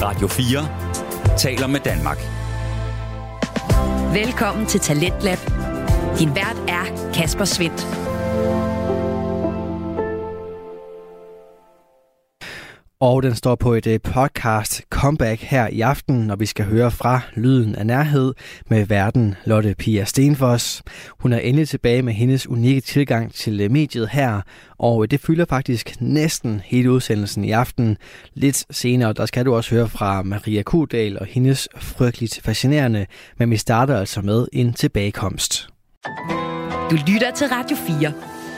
Radio 4 taler med Danmark. Velkommen til Talentlab. Din vært er Kasper Svendt. Og den står på et podcast comeback her i aften, når vi skal høre fra Lyden af Nærhed med værten Lotte Pia Stenfoss. Hun er endelig tilbage med hendes unikke tilgang til mediet her, og det fylder faktisk næsten hele udsendelsen i aften. Lidt senere, der skal du også høre fra Maria Kudal og hendes frygteligt fascinerende, men vi starter altså med en tilbagekomst. Du lytter til Radio 4.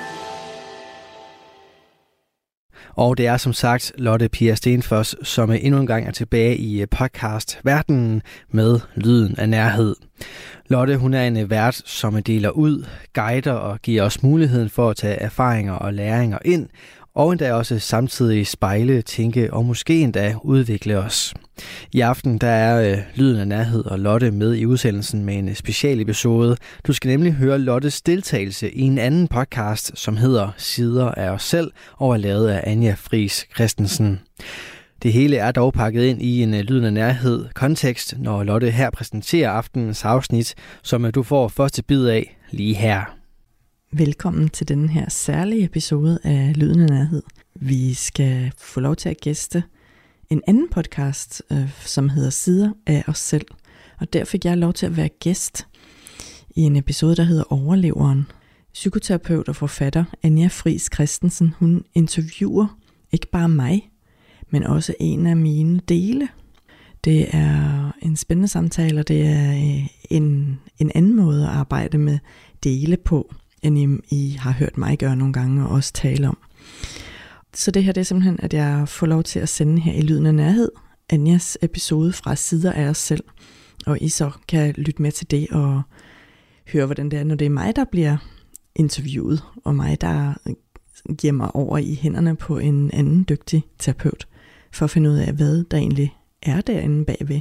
Og det er som sagt Lotte Pia Stenfoss, som endnu en gang er tilbage i podcast-verdenen med Lyden af Nærhed. Lotte, hun er en vært, som deler ud, guider og giver os muligheden for at tage erfaringer og læringer ind, og endda også samtidig spejle, tænke og måske endda udvikle os. I aften der er Lyden af Nærhed og Lotte med i udsendelsen med en special episode. Du skal nemlig høre Lottes deltagelse i en anden podcast, som hedder Sider af os selv, og er lavet af Anja Friis Christensen. Det hele er dog pakket ind i en Lyden af Nærhed kontekst, når Lotte her præsenterer aftenens afsnit, som du får første bid af lige her. Velkommen til denne her særlige episode af Lyden af Nærhed. Vi skal få lov til at gæste en anden podcast, som hedder Sider af os selv. Og der fik jeg lov til at være gæst i en episode, der hedder Overleveren. Psykoterapeut og forfatter Anja Friis Christensen, hun interviewer ikke bare mig, men også en af mine dele. Det er en spændende samtale, og det er en anden måde at arbejde med dele på, end I har hørt mig gøre nogle gange og også tale om. Så det her det er simpelthen, at jeg får lov til at sende her i Lyden af Nærhed, Anjas episode fra Sider af os selv. Og I så kan lytte med til det og høre, hvordan det er, når det er mig, der bliver interviewet, og mig, der giver mig over i hænderne på en anden dygtig terapeut, for at finde ud af, hvad der egentlig er derinde bagved.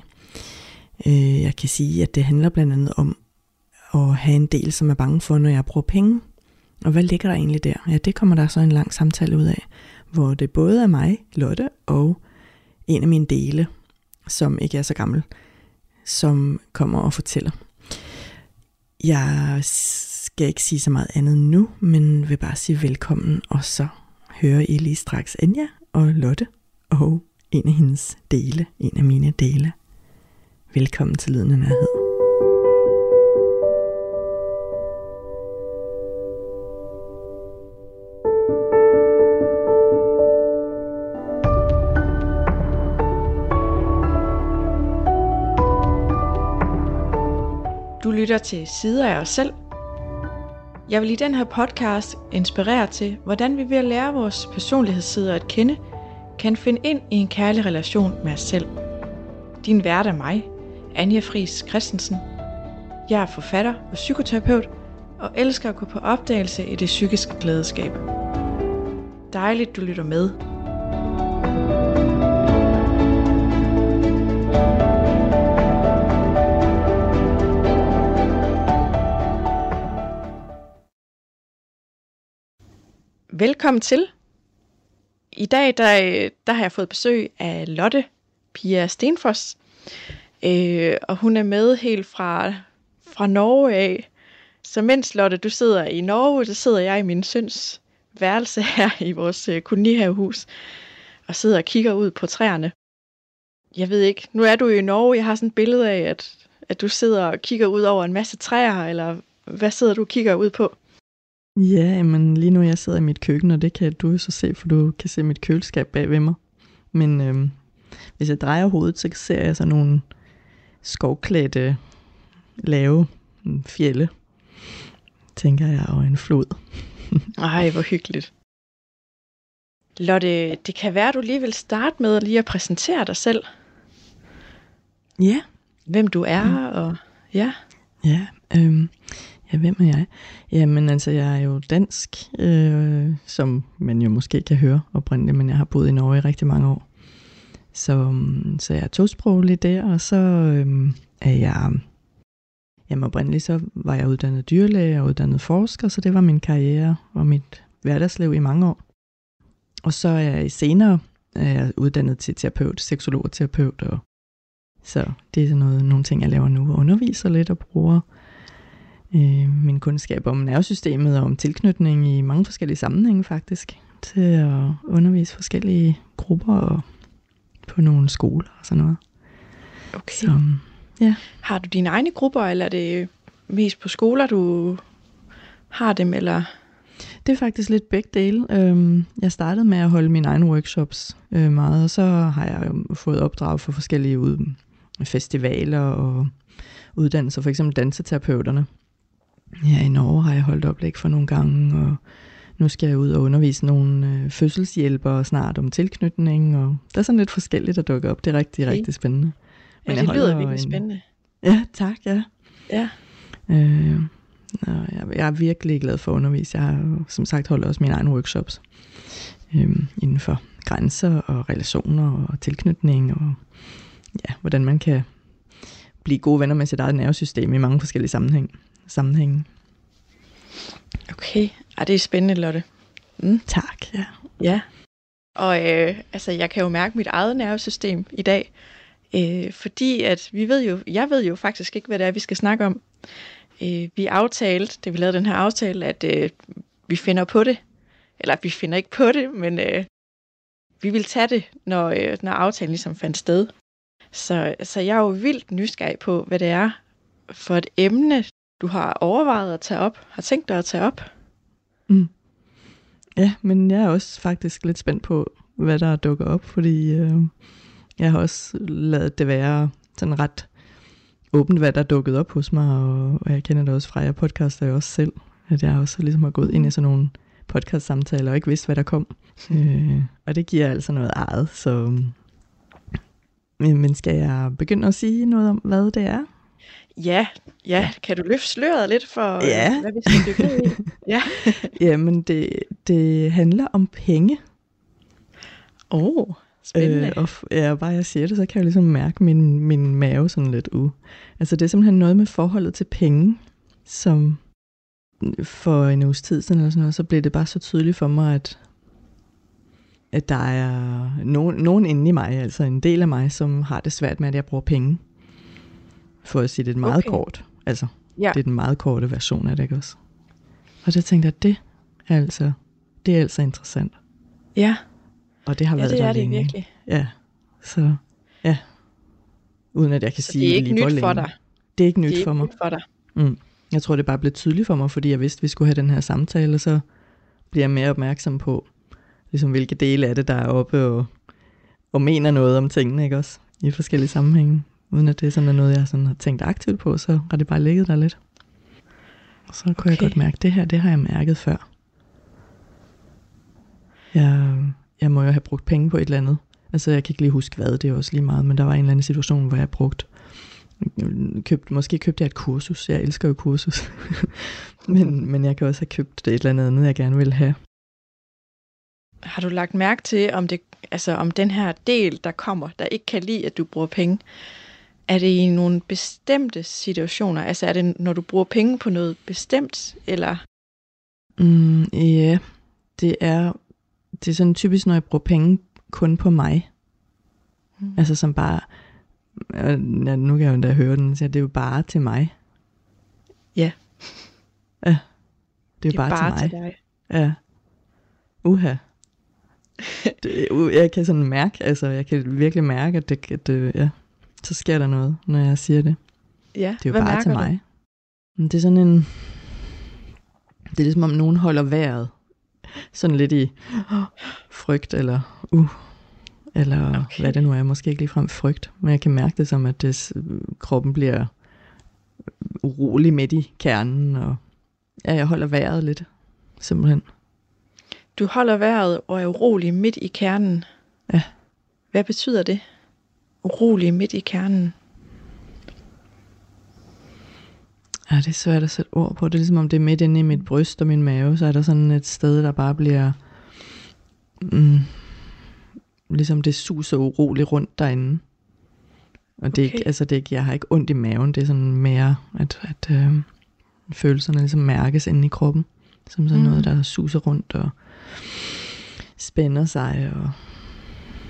Jeg kan sige, at det handler blandt andet om at have en del, som er bange for, når jeg bruger penge. Og hvad ligger der egentlig der? Ja, det kommer der så en lang samtale ud af, hvor det både er mig, Lotte, og en af mine dele, som ikke er så gammel, som kommer og fortæller. Jeg skal ikke sige så meget andet nu, men vil bare sige velkommen, og så hører I lige straks Anja og Lotte, og en af hendes dele, en af mine dele. Velkommen til Lyden af Nærhed. Du lytter til Sider af os selv. Jeg vil i den her podcast inspirere til, hvordan vi ved at lære vores personlighedssider at kende, kan finde ind i en kærlig relation med os selv. Din vært er mig, Anja Friis Christensen. Jeg er forfatter og psykoterapeut, og elsker at gå på opdagelse i det psykiske glædeskab. Dejligt, du lytter med. Velkommen til. I dag der har jeg fået besøg af Lotte Pia Stenfoss, og hun er med helt fra Norge af. Så mens Lotte, du sidder i Norge, så sidder jeg i min søns værelse her i vores kolonihavehus og sidder og kigger ud på træerne. Jeg ved ikke, nu er du i Norge, jeg har sådan et billede af, at du sidder og kigger ud over en masse træer, eller hvad sidder du og kigger ud på? Ja, men lige nu jeg sidder i mit køkken, og det kan du så se, for du kan se mit køleskab bag ved mig. Men hvis jeg drejer hovedet, så ser jeg sådan nogle skovklædte lave fjelde, tænker jeg, og en flod. Ej, hvor hyggeligt. Lotte, det kan være, du lige vil starte med lige at præsentere dig selv. Ja. Hvem du er, og ja. Ja, ja, hvem er jeg? Jamen altså, jeg er jo dansk, som man jo måske kan høre oprindeligt, men jeg har boet i Norge i rigtig mange år. Så jeg er tosproglig der, og så er jeg, jamen oprindeligt så var jeg uddannet dyrlæge og uddannet forsker, så det var min karriere og mit hverdagsliv i mange år. Og så er jeg senere er jeg uddannet til terapeut, seksolog og terapeut. Og så det er sådan nogle ting, jeg laver nu, og underviser lidt og bruger min kundskab om nervesystemet og om tilknytning i mange forskellige sammenhænge faktisk, til at undervise forskellige grupper og på nogle skoler og sådan noget. Okay. Så, ja. Har du dine egne grupper, eller er det mest på skoler, du har dem, eller? Det er faktisk lidt begge dele. Jeg startede med at holde mine egne workshops meget, og så har jeg fået opdrag for forskellige festivaler og uddannelser, for eksempel danseterapeuterne. Ja, i Norge har jeg holdt oplæg for nogle gange, og nu skal jeg ud og undervise nogle fødselshjælpere snart om tilknytning, og der er sådan lidt forskelligt, der dukker op. Det er rigtig, rigtig spændende. Men ja, det lyder virkelig spændende. Ja, tak, ja. Ja. Jeg er virkelig glad for at undervise. Jeg har som sagt holdt også mine egne workshops inden for grænser og relationer og tilknytning, og ja, hvordan man kan blive gode venner med sit eget nervesystem i mange forskellige sammenhænge. Okay, det er spændende, Lotte. Tak, ja. Ja, og jeg kan jo mærke mit eget nervesystem i dag, fordi at jeg ved jo faktisk ikke, hvad det er, vi skal snakke om. Vi aftalte, da vi lavede den her aftale, at vi finder på det. Eller vi finder ikke på det, men vi vil tage det, når aftalen ligesom fandt sted. Så jeg er jo vildt nysgerrig på, hvad det er for et emne, du har overvejet at tage op, har tænkt dig at tage op. Ja, men jeg er også faktisk lidt spændt på, hvad der dukker op, fordi jeg har også ladet det være sådan ret åbent, hvad der er dukket op hos mig, og jeg kender det også fra, jeg podcaster jo også selv, at jeg også ligesom har gået ind i sådan nogle podcast-samtaler og ikke vidste, hvad der kom. Og det giver altså noget eget, så men skal jeg begynde at sige noget om, hvad det er? Ja. Kan du løfte sløret lidt for, hvad vi skal dykke ned i? Ja. Jamen, det handler om penge. Spændende. Og bare jeg siger det, så kan jeg ligesom mærke min mave sådan lidt Altså det er simpelthen noget med forholdet til penge, som for en uges tid siden eller sådan noget, så blev det bare så tydeligt for mig, at der er nogen inde i mig, altså en del af mig, som har det svært med, at jeg bruger penge. For at sige det meget kort. Altså, det er den meget korte version af det, ikke også? Og det tænkte jeg, det er altså interessant. Ja. Og det har været det der er længe. Det virkelig. Ja, så ja. Uden at jeg kan sige det er ikke lige nyt for dig. Det er ikke nyt for mig. Det er ikke nyt for dig. Jeg tror, det bare blev tydeligt for mig, fordi jeg vidste, at vi skulle have den her samtale, så bliver jeg mere opmærksom på, ligesom hvilke dele af det, der er oppe, og mener noget om tingene, ikke også? I forskellige sammenhænge. Uden at det er sådan noget, jeg sådan har tænkt aktivt på, så har det bare ligget der lidt. Og så kunne jeg godt mærke, det har jeg mærket før. Jeg må jo have brugt penge på et eller andet. Altså jeg kan ikke lige huske hvad, det er også lige meget, men der var en eller anden situation, hvor jeg måske købte jeg et kursus. Jeg elsker jo kursus. men jeg kan også have købt et eller andet, jeg gerne vil have. Har du lagt mærke til, om den her del, der kommer, der ikke kan lide, at du bruger penge, er det i nogle bestemte situationer? Altså er det, når du bruger penge på noget bestemt, eller? Ja, det er sådan typisk, når jeg bruger penge kun på mig. Altså som bare, nu kan jeg jo da høre den, så det er jo bare til mig. Ja. Ja, det er jo bare til mig. Til dig. Ja. Jeg kan sådan mærke, altså jeg kan virkelig mærke, at det så sker der noget, når jeg siger det. Ja, det er jo bare til mig. Det er sådan det er ligesom om nogen holder vejret, sådan lidt i frygt eller hvad det nu er, måske ikke ligefrem frygt, men jeg kan mærke det som, at kroppen bliver urolig midt i kernen, og jeg holder vejret lidt, simpelthen. Du holder vejret og er urolig midt i kernen. Ja. Hvad betyder det? Urolig midt i kernen. Ja, det er svært at sætte ord på. Det er ligesom om det er midt inde i mit bryst og min mave, så er der sådan et sted, der bare bliver ligesom det suser uroligt rundt derinde. Og det er ikke, altså det er ikke, jeg har ikke ondt i maven, det er sådan mere, at følelserne ligesom mærkes inde i kroppen. Som sådan noget, der suser rundt og spænder sig. Og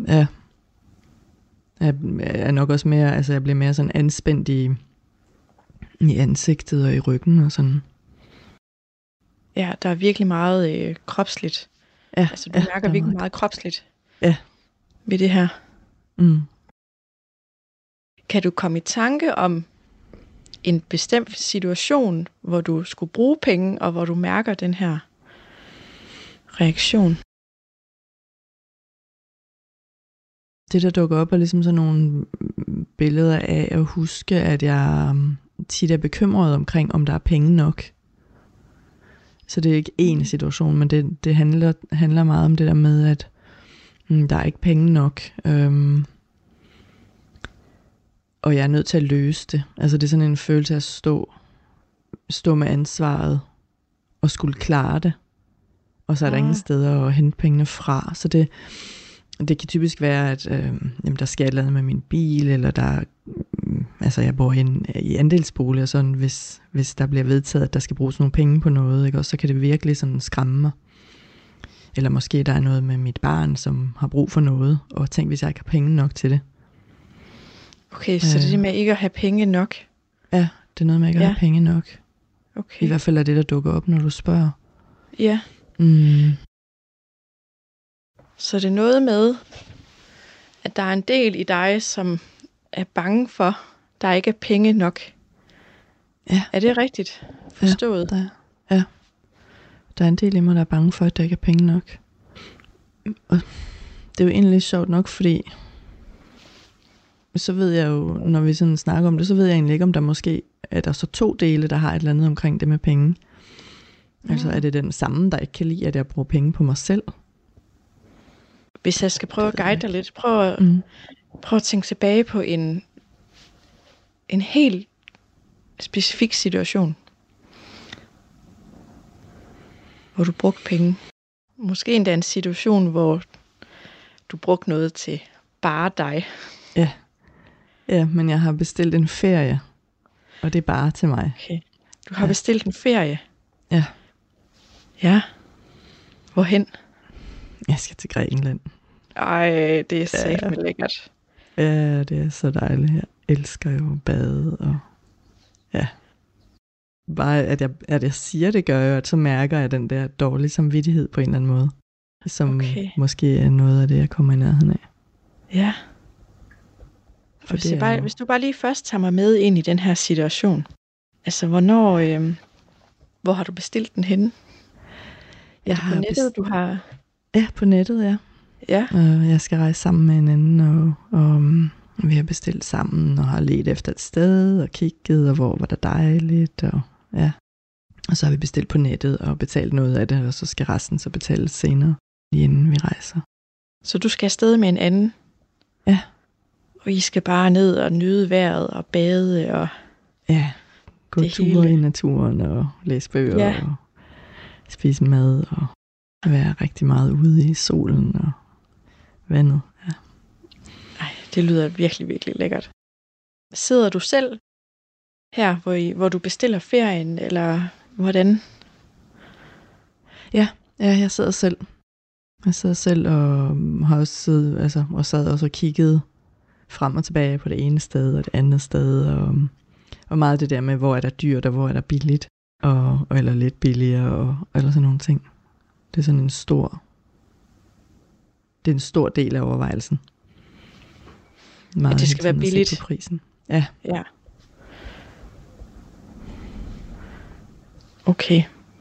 Ja. Jeg er nok også mere, altså jeg bliver mere sådan anspændt i ansigtet og i ryggen og sådan. Ja, der er virkelig meget kropsligt. Ja, Altså du mærker virkelig meget kropsligt. Ja. Ved det her. Mm. Kan du komme i tanke om en bestemt situation, hvor du skulle bruge penge, og hvor du mærker den her reaktion? Det, der dukker op, er ligesom sådan nogle billeder af at huske, at jeg tit er bekymret omkring, om der er penge nok. Så det er ikke én situation, men det handler meget om det der med, at der er ikke penge nok. Og jeg er nødt til at løse det. Altså det er sådan en følelse af at stå med ansvaret og skulle klare det. Og så er der ingen steder at hente pengene fra. Så det kan typisk være, at der sker et eller andet med min bil, eller der, altså jeg bor i andelsbolig, og sådan, hvis der bliver vedtaget, at der skal bruges nogle penge på noget, ikke? Også, så kan det virkelig sådan skræmme mig. Eller måske der er noget med mit barn, som har brug for noget, og tænk, hvis jeg ikke har penge nok til det. Okay, så det er det med ikke at have penge nok? Ja, det er noget med ikke at have penge nok. Okay. I hvert fald er det, der dukker op, når du spørger. Ja. Så det er noget med, at der er en del i dig, som er bange for, at der ikke er penge nok. Ja. Er det rigtigt forstået? Ja, der er en del i mig, der er bange for, at der ikke er penge nok. Og det er jo egentlig lidt sjovt nok, fordi så ved jeg jo, når vi sådan snakker om det, så ved jeg egentlig ikke, om der måske er der så 2 dele, der har et eller andet omkring det med penge. Altså er det den samme, der ikke kan lide, at jeg bruger penge på mig selv? Hvis jeg skal prøve at guide dig lidt, prøv at tænke tilbage på en helt specifik situation, hvor du brugte penge. Måske endda en situation, hvor du brugte noget til bare dig. Ja, men jeg har bestilt en ferie, og det er bare til mig. Okay. Du har bestilt en ferie? Ja. Ja. Hvorhen? Jeg skal til Grækenland. Ej, det er satme lækkert. Ja, det er så dejligt. Jeg elsker jo at bade, og ja. Bare at jeg siger det, gør jo, at så mærker jeg den der dårlige samvittighed på en eller anden måde. Som måske er noget af det, jeg kommer i nærheden af. Ja. Hvis du bare lige først tager mig med ind i den her situation. Altså, hvor har du bestilt den henne? Jeg har på nettet, du har... Ja, på nettet, ja. Ja. Jeg skal rejse sammen med en anden, og vi har bestilt sammen, og har ledt efter et sted, og kigget, og hvor var der dejligt, og ja. Og så har vi bestilt på nettet, og betalt noget af det, og så skal resten så betales senere, lige inden vi rejser. Så du skal afsted med en anden? Ja. Og I skal bare ned og nyde vejret, og bade, og... Ja, gå ture i naturen, og læse bøger, og spise mad, og være rigtig meget ude i solen og vandet. Ja. Ej, det lyder virkelig, virkelig lækkert. Sidder du selv her, hvor du bestiller ferien, eller hvordan? Ja, jeg sidder selv. Jeg sidder selv og har også siddet, og sad også og kigget frem og tilbage på det ene sted og det andet sted, og meget det der med, hvor er der dyrt og hvor er der billigt, og eller lidt billigere, eller sådan nogle ting. Det er sådan en stor del af overvejelsen. Meget at det skal være billigt. På prisen. Ja. Ja. Okay.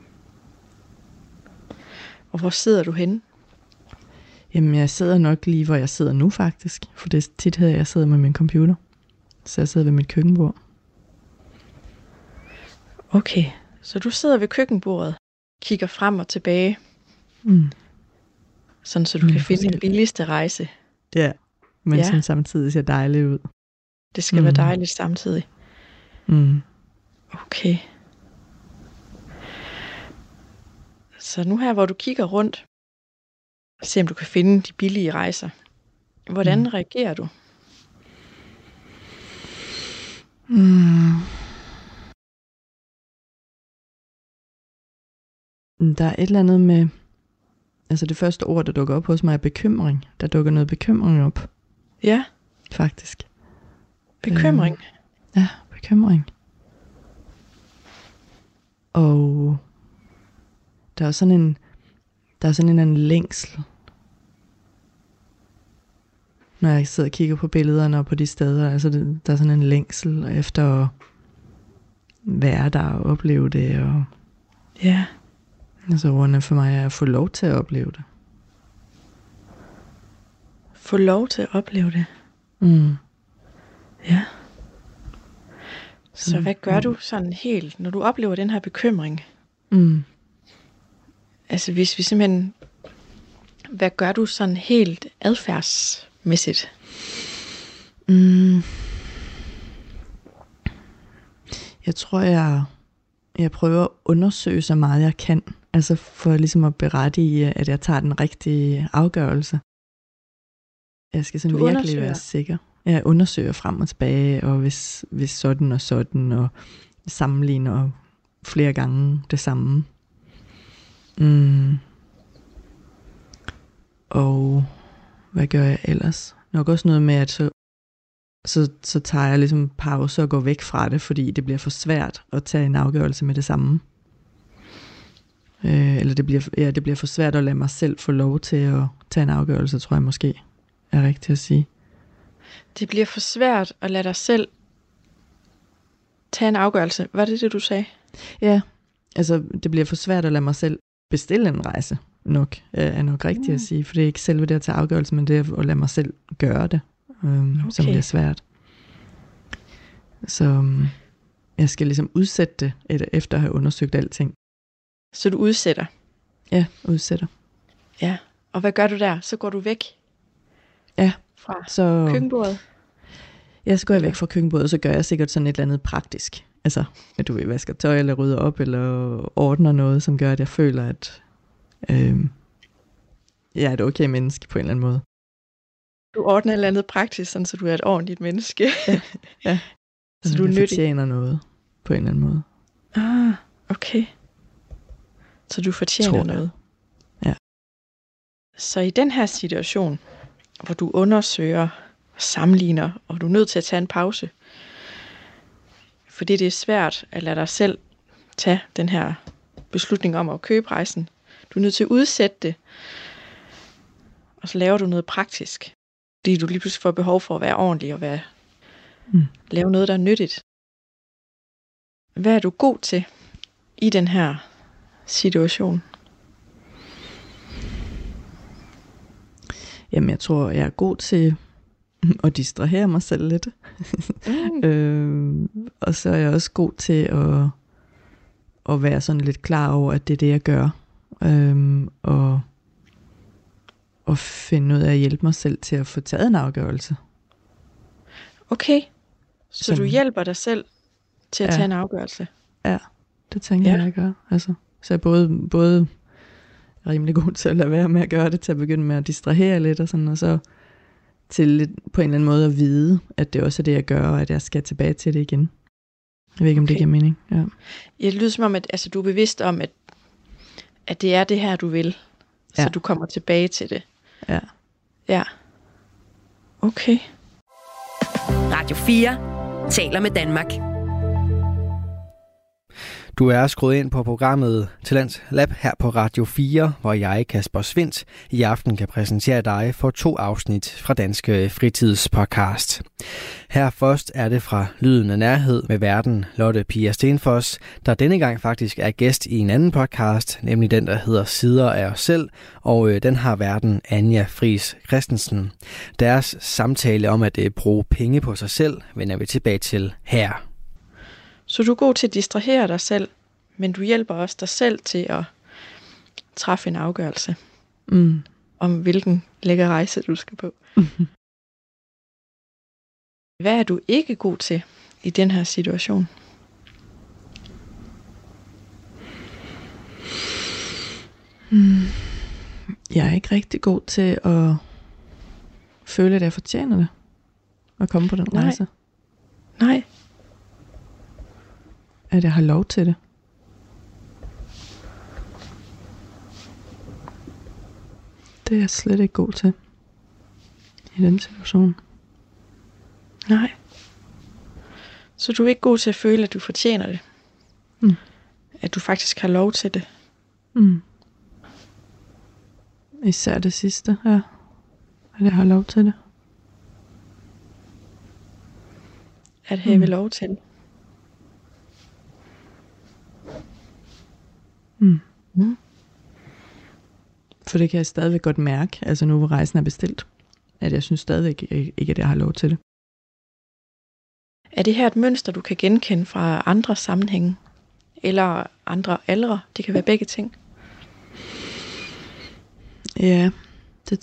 Og hvor sidder du henne? Jamen, jeg sidder nok lige, hvor jeg sidder nu faktisk. For det er tit her, jeg sidder med min computer. Så jeg sidder ved mit køkkenbord. Okay, så du sidder ved køkkenbordet, kigger frem og tilbage. Sådan, så du kan finde den billigste rejse. Ja, men som samtidig ser dejligt ud. Det skal være dejligt samtidig. Okay. Så nu her, hvor du kigger rundt, se om du kan finde de billige rejser. Hvordan reagerer du? Der er et eller andet med, Altså det første ord, der dukker op hos mig, er bekymring. Der dukker noget bekymring op. Ja. Faktisk. Bekymring. Ja, bekymring. Og der er sådan en anden længsel. Når jeg sidder og kigger på billederne og på de steder, altså der er sådan en længsel efter at være der og opleve det. Og Ja. altså ordene for mig er at få lov til at opleve det. Få lov til at opleve det. Mm. Ja. Så hvad gør du sådan helt, når du oplever den her bekymring? Mm. Altså hvis vi simpelthen, hvad gør du sådan helt adfærdsmæssigt? Jeg tror, jeg prøver at undersøge så meget jeg kan. Altså for ligesom at berettige, at jeg tager den rigtige afgørelse. Jeg skal sådan virkelig være sikker. Jeg undersøger frem og tilbage, og hvis sådan og sådan, og sammenligner flere gange det samme. Og hvad gør jeg ellers? Nok også noget med, at så tager jeg ligesom pause og går væk fra det, fordi det bliver for svært at tage en afgørelse med det samme. Eller det bliver for svært at lade mig selv få lov til at tage en afgørelse, tror jeg måske er rigtigt at sige. Det bliver for svært at lade dig selv tage en afgørelse. Var det du sagde? Ja, altså det bliver for svært at lade mig selv bestille en rejse, er nok rigtigt at sige. For det er ikke selve det at tage afgørelse, men det er at lade mig selv gøre det, som bliver svært. Så jeg skal ligesom udsætte det, efter at have undersøgt alting. Så du udsætter? Ja, udsætter. Ja, og hvad gør du der? Så går du væk? Ja. Fra køkkenbordet? Ja, så går jeg væk fra køkkenbordet, og så gør jeg sikkert sådan et eller andet praktisk. Altså, at du vasker tøj, eller rydder op, eller ordner noget, som gør, at jeg føler, at jeg er et okay menneske på en eller anden måde. Du ordner et eller andet praktisk, sådan, så du er et ordentligt menneske. Ja. Så du fortjener noget, på en eller anden måde. Ah, okay. Så du fortjener noget. Ja. Så i den her situation, hvor du undersøger og sammenligner, og du er nødt til at tage en pause, fordi det er svært at lade dig selv tage den her beslutning om at købe rejsen. Du er nødt til at udsætte det, og så laver du noget praktisk, fordi du lige pludselig får behov for at være ordentlig og lave noget, der er nyttigt. Hvad er du god til i den her situation? Jamen, jeg tror, jeg er god til at distrahere mig selv lidt. Og så er jeg også god til at være sådan lidt klar over, at det er det, jeg gør. Og finde ud af at hjælpe mig selv til at få taget en afgørelse. Okay, så du hjælper dig selv til at tage en afgørelse? Ja, det tænker jeg gør. Altså, så jeg er både rimelig god til at lade være med at gøre det, til at begynde med at distrahere lidt og sådan, og så til lidt, på en eller anden måde at vide, at det også er det, jeg gør, og at jeg skal tilbage til det igen. Jeg ved ikke, om det giver mening. Ja. Det lyder som om, at du er bevidst om, at det er det her, du vil, så du kommer tilbage til det. Ja. Ja. Okay. Radio 4 taler med Danmark. Du er skruet ind på programmet Talents Lab her på Radio 4, hvor jeg, Kasper Svindt, i aften kan præsentere dig for 2 afsnit fra Danske Fritidspodcast. Her først er det fra Lyden af Nærhed med værten Lotte Pia Stenfoss, der denne gang faktisk er gæst i en anden podcast, nemlig den, der hedder Sider af os selv, og den har værten Anja Friis Christensen. Deres samtale om at bruge penge på sig selv vender vi tilbage til her. Så du er god til at distrahere dig selv, men du hjælper også dig selv til at træffe en afgørelse om hvilken lækker rejse du skal på. Hvad er du ikke god til i den her situation? Jeg er ikke rigtig god til at føle, at jeg fortjener det. At komme på den rejse. Nej. At jeg har lov til det. Det er jeg slet ikke god til i den situation. Nej. Så du er ikke god til at føle, at du fortjener det? At du faktisk har lov til det? Især det sidste, ja. At jeg har lov til det. At have lov til det? For det kan jeg stadigvæk godt mærke, altså nu hvor rejsen er bestilt, at jeg synes stadigvæk ikke, at jeg har lov til det. Er det her et mønster, du kan genkende fra andre sammenhænge? Eller andre aldre? Det kan være begge ting. Ja, det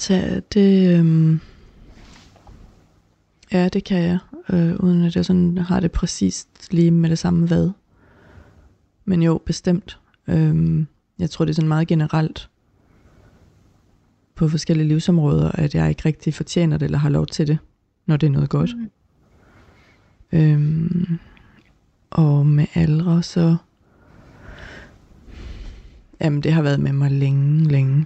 kan jeg, uden at jeg sådan har det præcist lige med det samme hvad. Men jo, bestemt. Jeg tror, det er sådan meget generelt på forskellige livsområder, at jeg ikke rigtig fortjener det, eller har lov til det, når det er noget godt. Og med aldre, så jamen, det har været med mig længe.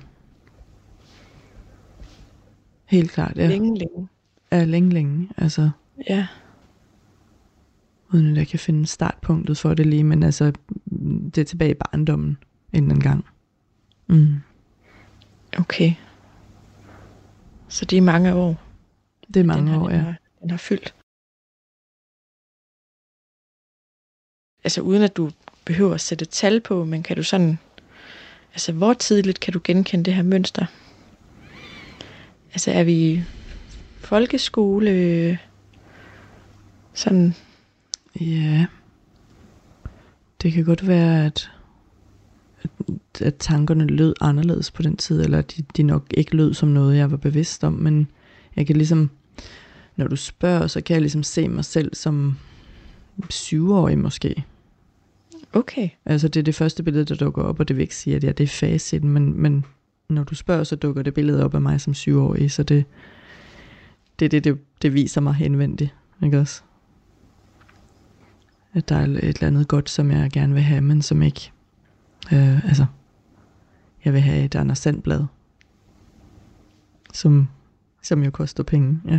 Helt klart, ja. Længe. Ja, længe. Altså, ja. Uden at jeg kan finde startpunktet for det lige, men altså, det er tilbage i barndommen en eller anden gang. Okay. Så det er mange år. Det er mange år, ja. Den har fyldt. Altså uden at du behøver at sætte tal på, men kan du sådan, altså hvor tidligt kan du genkende det her mønster? Altså er vi i folkeskole, sådan? Ja, det kan godt være, at tankerne lød anderledes på den tid, eller de nok ikke lød som noget, jeg var bevidst om, men jeg kan ligesom, når du spørger, så kan jeg ligesom se mig selv som 7-årig måske. Okay. Altså det er det første billede, der dukker op, og det vil ikke sige, at det er facit, men når du spørger, så dukker det billede op af mig som 7-årig, så det viser mig henvendigt, ikke også? At der er et eller andet godt, som jeg gerne vil have, men som ikke, altså, jeg vil have et Anders Sand-blad, som jo koster penge, ja.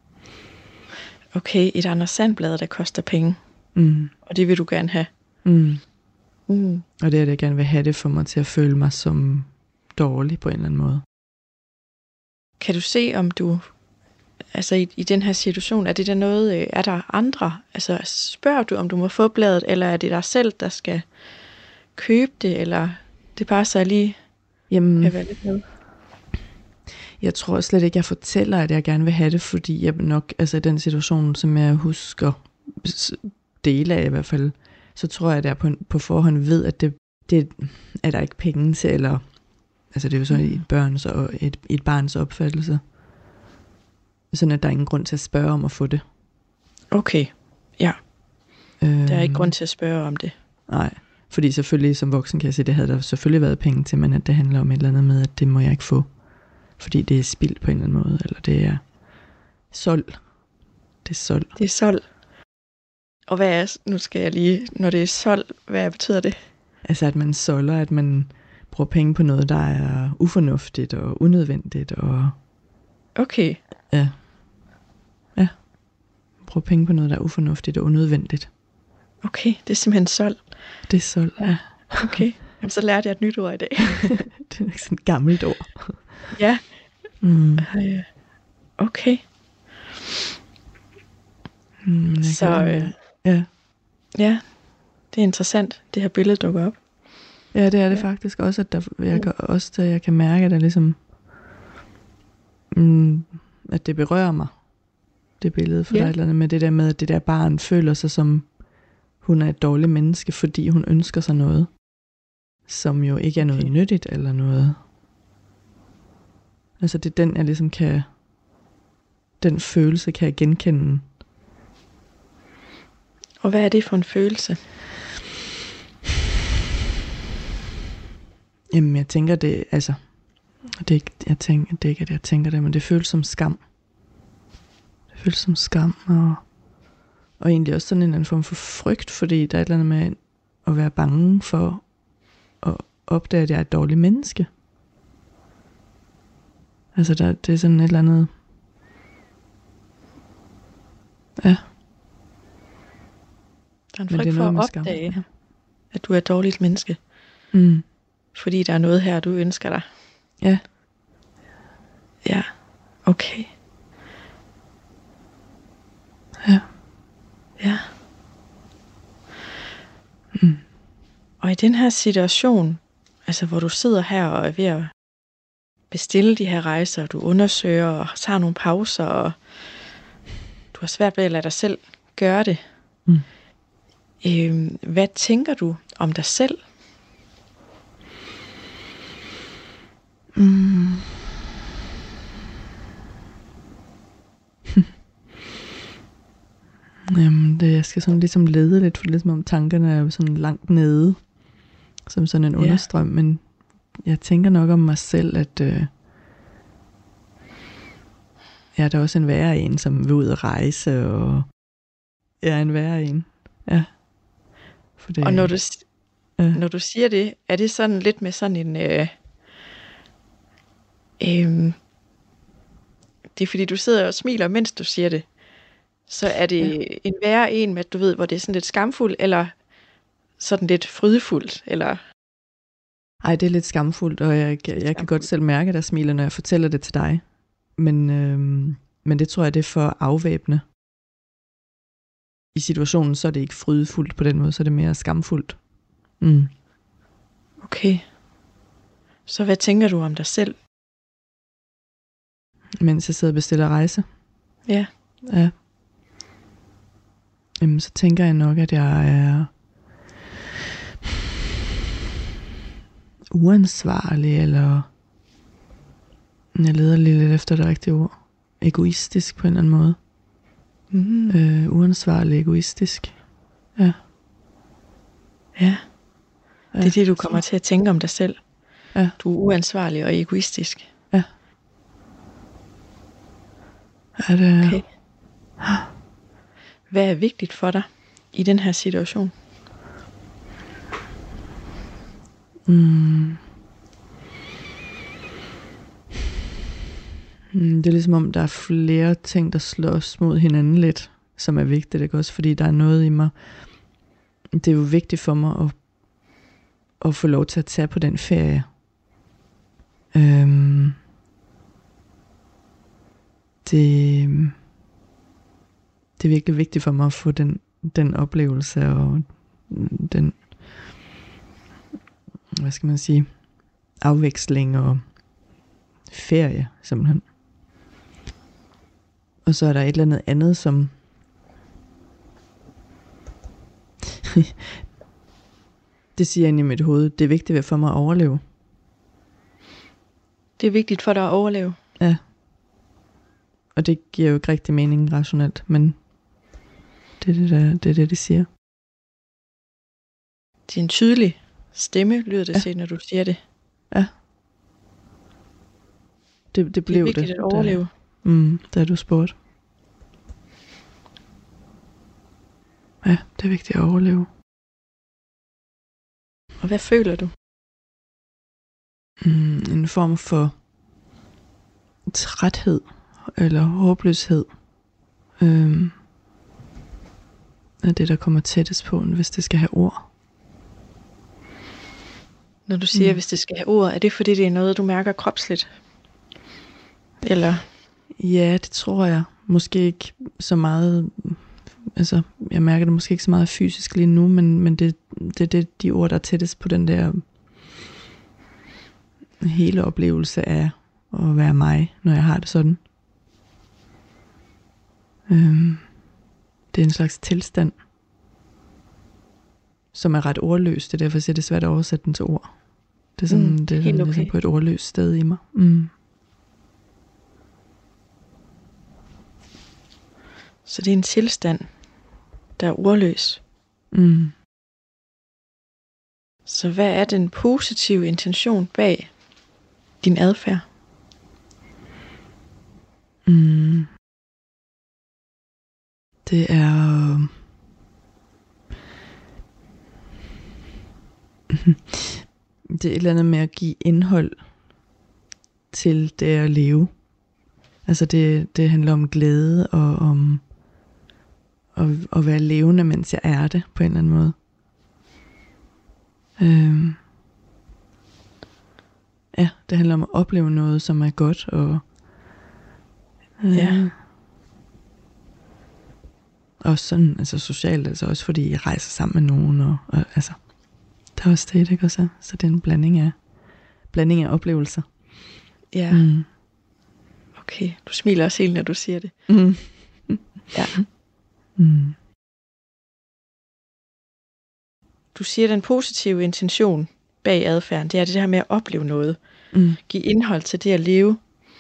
Okay, et Anders Sand-blad, der koster penge, og det vil du gerne have. Og det er det, jeg gerne vil have det for mig til at føle mig som dårlig på en eller anden måde. Kan du se, om du, altså i den her situation, er det der noget, er der andre? Altså spørger du, om du må få bladet, eller er det dig selv, der skal købe det, eller det bare så lige kan være lidt med? Jeg tror slet ikke, jeg fortæller, at jeg gerne vil have det, fordi jeg nok, altså i den situation, som jeg husker dele af i hvert fald, så tror jeg, at jeg på forhånd ved, at det er der ikke penge til, eller altså det er jo så i et barns opfattelse. Sådan at der er ingen grund til at spørge om at få det. Okay, ja. Der er ikke grund til at spørge om det. Nej, fordi selvfølgelig som voksen kan jeg sige, det havde der selvfølgelig været penge til, men at det handler om et eller andet med, at det må jeg ikke få. Fordi det er spild på en eller anden måde, eller det er sold. Det er sold. Det er sold. Og hvad er, nu skal jeg lige, når det er sold, hvad betyder det? Altså at man solder, at man bruger penge på noget, der er ufornuftigt og unødvendigt. Og okay. Ja. Ja. Bruger penge på noget, der er ufornuftigt og unødvendigt. Okay, det er simpelthen sold. Det er sold, ja. Okay, jamen, så lærte jeg et nyt ord i dag. Det er ikke sådan et gammelt ord. Ja. Okay. Så ja. Ja, det er interessant, det her billede dukker op. Ja, det er det faktisk også, at jeg kan mærke, at der ligesom, at det berører mig, det billede, for der er et eller andet med det der med, at det der barn føler sig som, hun er et dårligt menneske, fordi hun ønsker sig noget, som jo ikke er noget nyttigt, eller noget. Altså det er den, jeg ligesom kan, den følelse kan jeg genkende. Og hvad er det for en følelse? Jamen, jeg tænker det, altså, det er ikke, jeg tænker det, men det føles som skam. Det føles som skam, og egentlig også sådan en anden form for frygt, fordi der er et eller andet med at være bange for at opdage, at jeg er et dårligt menneske. Altså det er sådan et eller andet. Ja. Der er en frygt for at opdage, at du er et dårligt menneske. Fordi der er noget her, du ønsker dig. Ja. Ja, okay. Ja. Ja. Og i den her situation, altså hvor du sidder her og er ved at bestille de her rejser, du undersøger og tager nogle pauser, og du har svært ved at lade dig selv gøre det. Hvad tænker du om dig selv? Jamen, jeg skal sådan ligesom lede lidt, for ligesom om tankerne er jo sådan langt nede, som sådan en understrøm, men jeg tænker nok om mig selv, at jeg er da også en værre en, som vil ud at rejse, og jeg er en værre en, ja. For det, og når du siger det, er det sådan lidt med sådan en, det er fordi du sidder og smiler, mens du siger det, så er det en værre en med, du ved, hvor det er sådan lidt skamfuldt, eller sådan lidt frydefuldt, eller? Ej, det er lidt skamfuldt, og jeg kan godt selv mærke, at jeg smiler, når jeg fortæller det til dig. Men det tror jeg, det er for afvæbne. I situationen, så er det ikke frydefuldt på den måde, så er det mere skamfuldt. Okay. Så hvad tænker du om dig selv? Mens jeg sidder og bestiller rejse? Ja. Ja. Jamen, så tænker jeg nok, at jeg er uansvarlig, eller jeg leder lige lidt efter det rigtige ord. Egoistisk på en eller anden måde. Uansvarlig, egoistisk. Ja. Ja. Det er det, du kommer til at tænke om dig selv. Ja. Du er uansvarlig og egoistisk. Ja. Ja, det er. Okay. Hvad er vigtigt for dig i den her situation? Det er ligesom om, der er flere ting, der slås mod hinanden lidt, som er vigtigt, ikke også? Fordi der er noget i mig. Det er jo vigtigt for mig at få lov til at tage på den ferie. Det er virkelig vigtigt for mig at få den oplevelse og den, hvad skal man sige, afveksling og ferie, simpelthen. Og så er der et eller andet, som det siger jeg i mit hoved, det er vigtigt for mig at overleve. Det er vigtigt for dig at overleve? Ja. Og det giver jo ikke rigtig mening rationelt, men det er det, de siger. Det er en tydelig stemme, lyder det til, når du siger det. Ja. Det blev det. Det er vigtigt at overleve. Da du spurgte. Ja, det er vigtigt at overleve. Og hvad føler du? En form for træthed eller håbløshed. Er det, der kommer tættest på, hvis det skal have ord. Når du siger, hvis det skal have ord, er det fordi, det er noget, du mærker kropsligt? Eller? Ja, det tror jeg. Måske ikke så meget. Altså, jeg mærker det måske ikke så meget fysisk lige nu, men det er de ord, der er tættest på den der hele oplevelse af at være mig, når jeg har det sådan. Det er en slags tilstand, som er ret ordløs. Det er derfor, det er svært at oversætte den til ord. Det er sådan, det er sådan, okay. Ligesom på et ordløst sted i mig. Så det er en tilstand, der er ordløs. Så hvad er den positive intention bag din adfærd? Det er det er et eller andet med at give indhold til det at leve. Altså det handler om glæde og om at være levende, mens jeg er det, på en eller anden måde. Ja, det handler om at opleve noget, som er godt, og også sådan, altså socialt, altså også fordi jeg rejser sammen med nogen, og altså, der er også det, ikke også? Så det er en blanding af oplevelser. Ja. Okay, du smiler også helt, når du siger det. Ja. Du siger, den positive intention bag adfærden, det er det her med at opleve noget. Give indhold til det at leve.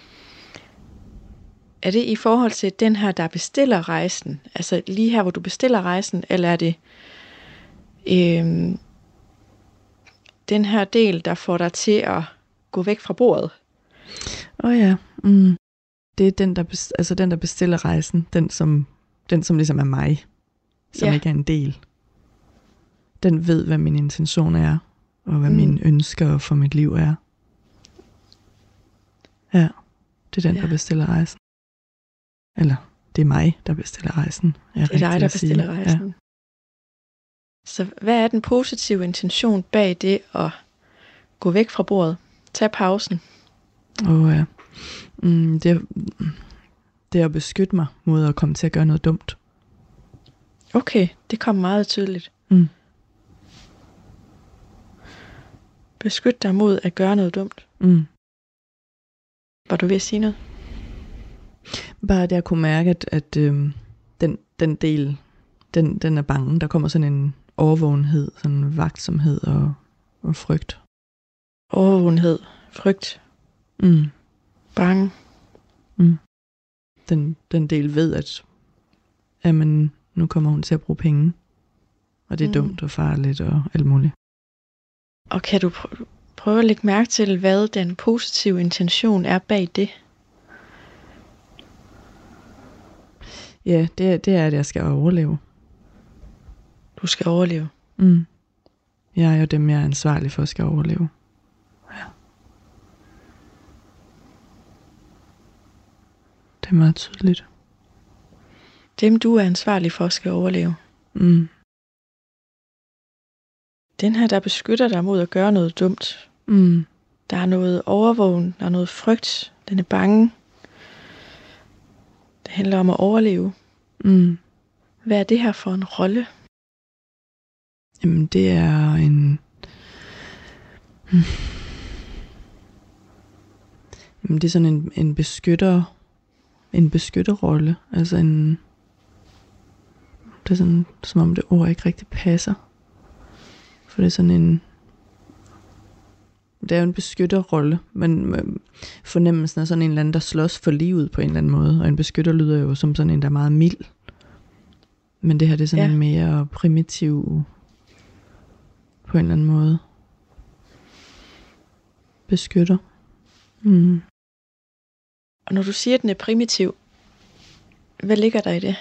Er det i forhold til den her, der bestiller rejsen? Altså lige her, hvor du bestiller rejsen, eller er det den her del, der får dig til at gå væk fra bordet? Ja. Det er den, der bestiller rejsen. Den, som ligesom er mig. Som ikke er en del. Den ved, hvad min intention er. Og hvad mine ønsker for mit liv er. Ja, det er den, der bestiller rejsen. Eller, det er mig, der bestiller rejsen. Det er dig, der bestiller rejsen. Ja. Så hvad er den positive intention bag det at gå væk fra bordet? Tag pausen. Ja. Det er at beskytte mig mod at komme til at gøre noget dumt. Okay, det kom meget tydeligt. Beskyt dig mod at gøre noget dumt. Var du ved at sige noget? Bare at jeg kunne mærke, at den del, den er bange. Der kommer sådan en overvågenhed, sådan en vagtsomhed og frygt. Overvågenhed, frygt, bange. Den del ved, at jamen, nu kommer hun til at bruge penge. Og det er dumt og farligt og alt muligt. Og kan du prøve at lægge mærke til, hvad den positive intention er bag det? Ja, det er, at jeg skal overleve. Du skal overleve? Jeg er jo dem, jeg er ansvarlig for, skal overleve. Ja. Det er meget tydeligt. Dem, du er ansvarlig for, skal overleve? Den her, der beskytter dig mod at gøre noget dumt. Der er noget overvågen, der er noget frygt, den er bange. Det handler om at overleve. Hvad er det her for en rolle? Jamen, det er Jamen, det er sådan en beskytterrolle. Altså det er sådan, som om det ord ikke rigtig passer. For det er sådan det er jo en beskytterrolle, men fornemmelsen er sådan en eller anden, der slås for livet på en eller anden måde. Og en beskytter lyder jo som sådan en, der er meget mild. Men det her, det er sådan en mere primitiv, på en eller anden måde, beskytter. Og når du siger, at den er primitiv, hvad ligger der i det?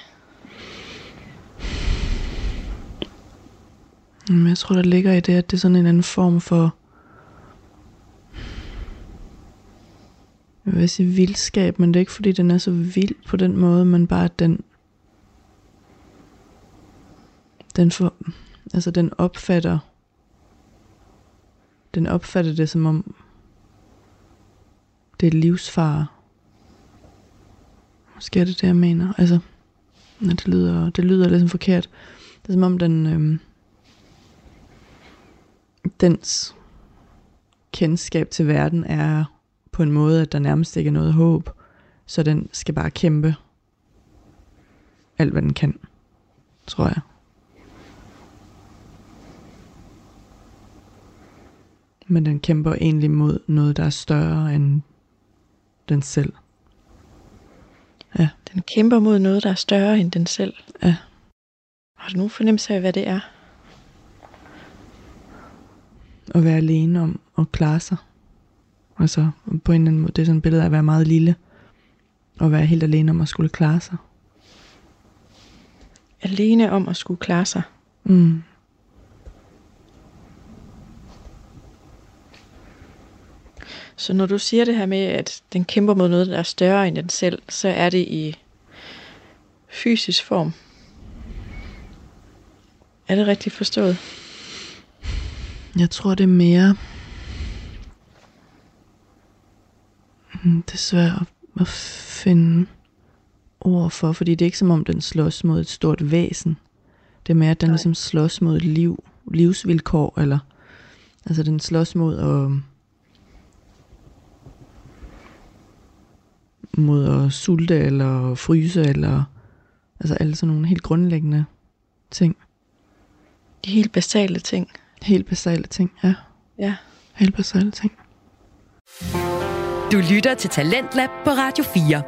Jeg tror, der ligger i det, at det er sådan en anden form for, jeg vil sige vildskab, men det er ikke fordi, den er så vild på den måde, men bare at den opfatter det som om det er livsfare. Måske er det det, jeg mener. Altså, det lyder lidt forkert. Det er som om dens kendskab til verden er på en måde, at der nærmest ikke er noget håb. Så den skal bare kæmpe alt, hvad den kan, tror jeg. Men den kæmper egentlig mod noget, der er større end den selv. Ja. Den kæmper mod noget, der er større end den selv. Ja. Har du nogen fornemmelse af, hvad det er? At være alene om at klare sig. Altså på en eller anden måde, det er sådan et billede af at være meget lille. Og være helt alene om at skulle klare sig. Alene om at skulle klare sig? Så når du siger det her med, at den kæmper mod noget, der er større end den selv, så er det i fysisk form. Er det rigtigt forstået? Jeg tror, det er mere... Det er svært at finde ord for, fordi det er ikke som om, den slås mod et stort væsen. Det er mere, at den ligesom slås mod et livsvilkår, eller... Altså, den slås mod at sulte, eller fryse, eller... Altså, alle sådan nogle helt grundlæggende ting. De helt basale ting. Helt basale ting, ja. Ja. Helt basale ting. Du lytter til Talentlab på Radio 4.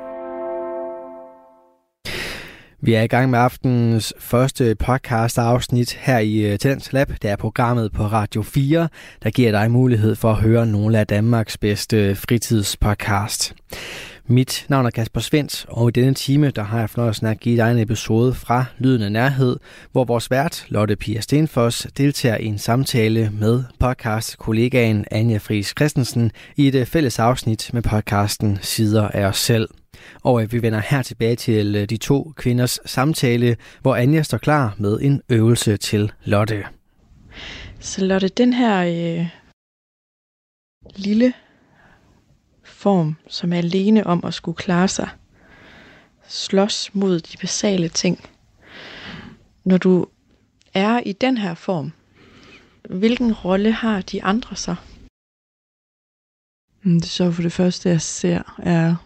Vi er i gang med aftenens første podcast-afsnit her i Talentlab. Det er programmet på Radio 4, der giver dig mulighed for at høre nogle af Danmarks bedste fritidspodcast. Mit navn er Kasper Svendt, og i denne time der har jeg fornøjelsen af at give dig en episode fra Lyden af Nærhed, hvor vores vært, Lotte Pia Stenfoss, deltager i en samtale med podcast-kollegaen Anja Friis Christensen i et fælles afsnit med podcasten Sider af os selv. Og vi vender her tilbage til de to kvinders samtale, hvor Anja står klar med en øvelse til Lotte. Så Lotte, den her lille form, som er alene om at skulle klare sig, slås mod de basale ting. Når du er i den her form, hvilken rolle har de andre så? Det så for det første, jeg ser,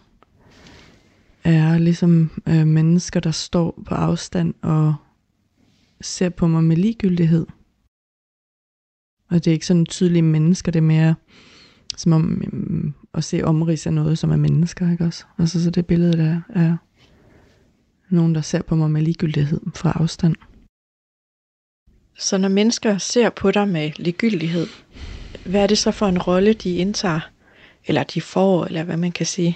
er ligesom mennesker, der står på afstand og ser på mig med ligegyldighed. Og det er ikke sådan tydelige mennesker, det er mere som om at se omrids af noget, som er mennesker, ikke også? Altså, så det billede der er nogen, der ser på mig med ligegyldighed fra afstand. Så når mennesker ser på dig med ligegyldighed, hvad er det så for en rolle, de indtager? Eller de får, eller hvad man kan sige?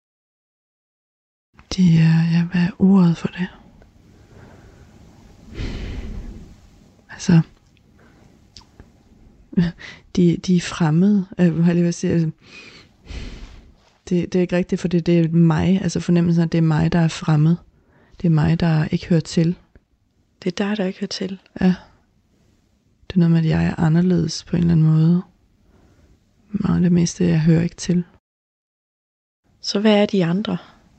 Hvad er ordet for det? Altså, de er fremmede. Det er ikke rigtigt, for det er mig. Altså fornemmelsen, at det er mig, der er fremmed. Det er mig, der ikke hører til. Det er dig, der ikke hører til? Ja. Det er noget med, at jeg er anderledes på en eller anden måde. Og det meste, jeg hører ikke til. Så hvad er de andre?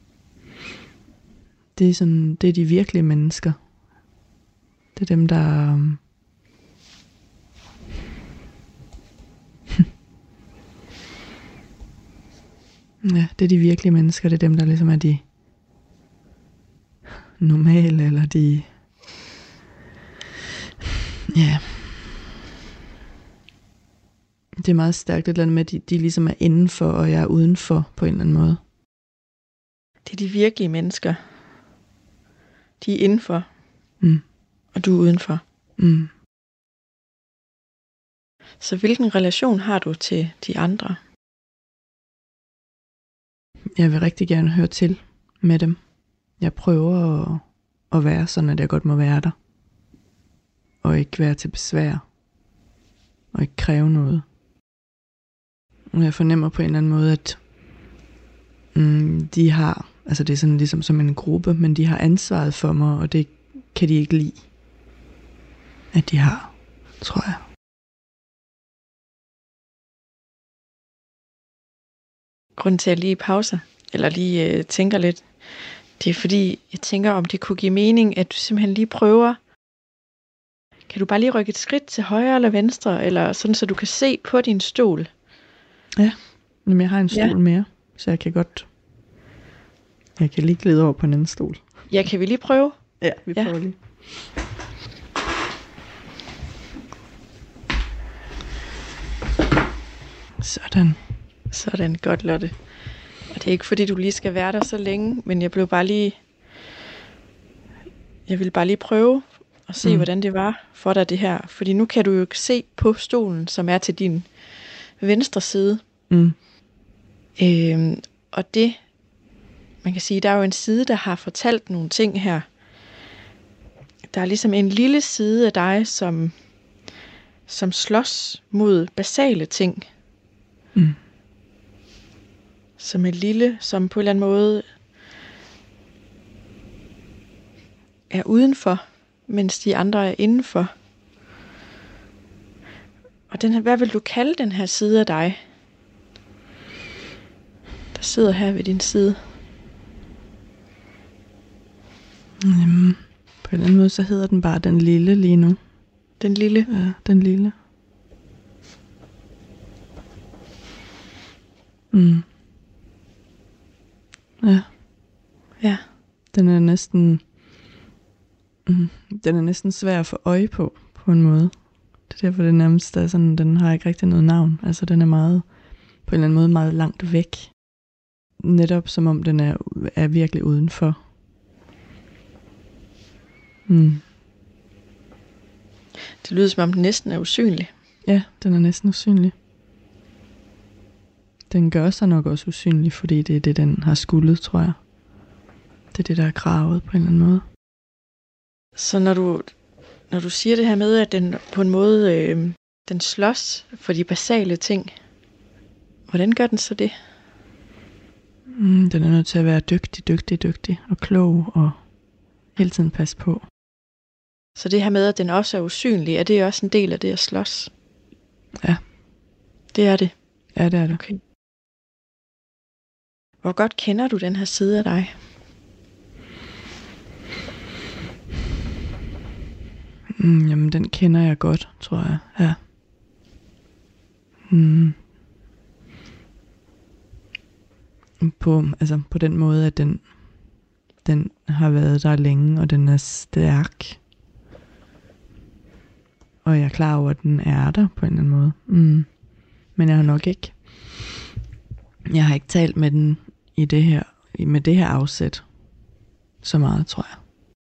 Det er de virkelige mennesker. Det er dem, der... Ja, det er de virkelige mennesker. Det er dem, der ligesom er de normale, eller de... Ja. Det er meget stærkt, et eller andet med, at de ligesom er indenfor, og jeg er udenfor på en eller anden måde. Det er de virkelige mennesker. De er indenfor. Mm. Og du er udenfor. Mm. Så hvilken relation har du til de andre? Jeg vil rigtig gerne høre til med dem. Jeg prøver at være sådan, at jeg godt må være der. Og ikke være til besvær. Og ikke kræve noget. Og jeg fornemmer på en eller anden måde, at de har, altså det er sådan ligesom som en gruppe, men de har ansvaret for mig, og det kan de ikke lide, at de har, tror jeg. Grunden til at lige pauser, eller lige tænker lidt, det er fordi, jeg tænker, om det kunne give mening, at du simpelthen lige prøver. Kan du bare lige rykke et skridt til højre eller venstre, eller sådan, så du kan se på din stol? Ja, men jeg har en stol mere, så jeg kan lige glide over på en anden stol. Ja, kan vi lige prøve? Ja, vi prøver lige. Sådan, godt, Lotte. Og det er ikke fordi, du lige skal være der så længe, men jeg ville bare lige prøve at se, hvordan det var for dig det her. Fordi nu kan du jo se på stolen, som er til din venstre side. Og det, man kan sige, der er jo en side, der har fortalt nogle ting her. Der er ligesom en lille side af dig, som slås mod basale ting. som er lille, som på en eller anden måde er udenfor, mens de andre er indenfor. Og den her, hvad vil du kalde den her side af dig, der sidder her ved din side? På en eller anden måde, så hedder den bare den lille lige nu. Den lille? Ja, den lille. Ja. Ja. Den er næsten svær at få øje på en måde. Det er derfor det nærmest er sådan, den har ikke rigtig noget navn. Altså den er meget, på en eller anden måde meget langt væk. Netop som om den er virkelig udenfor. Det lyder som om den næsten er usynlig. Ja, den er næsten usynlig. Den gør sig nok også usynlig, fordi det er det, den har skuldet, tror jeg. Det er det, der er gravet på en eller anden måde. Så når du siger det her med, at den på en måde den slås for de basale ting, hvordan gør den så det? Den er nødt til at være dygtig og klog og hele tiden passe på. Så det her med, at den også er usynlig, er det også en del af det at slås? Ja. Det er det? Ja, det er det. Okay. Hvor godt kender du den her side af dig? Jamen, den kender jeg godt, tror jeg. Ja. På den måde, at den har været der længe, og den er stærk. Og jeg er klar over, at den er der på en eller anden måde. Men jeg har ikke talt med den med det her afsæt så meget, tror jeg.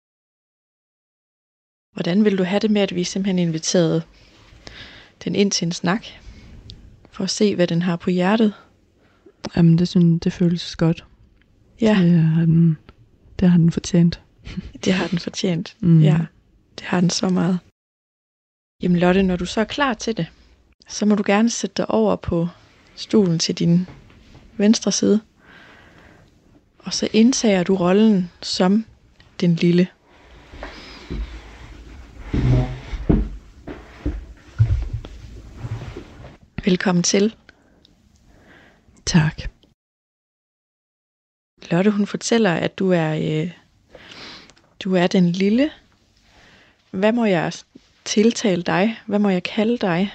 Hvordan vil du have det med, at vi simpelthen inviterede den ind til en snak? For at se, hvad den har på hjertet? Jamen, det føles godt. Ja. Det har den fortjent. Det har den fortjent. Ja, det har den så meget. Jamen Lotte, når du så er klar til det, så må du gerne sætte dig over på stolen til din venstre side. Og så indtager du rollen som den lille. Velkommen til. Tak. Lotte, hun fortæller, at du er den lille. Hvad må jeg tiltale dig? Hvad må jeg kalde dig?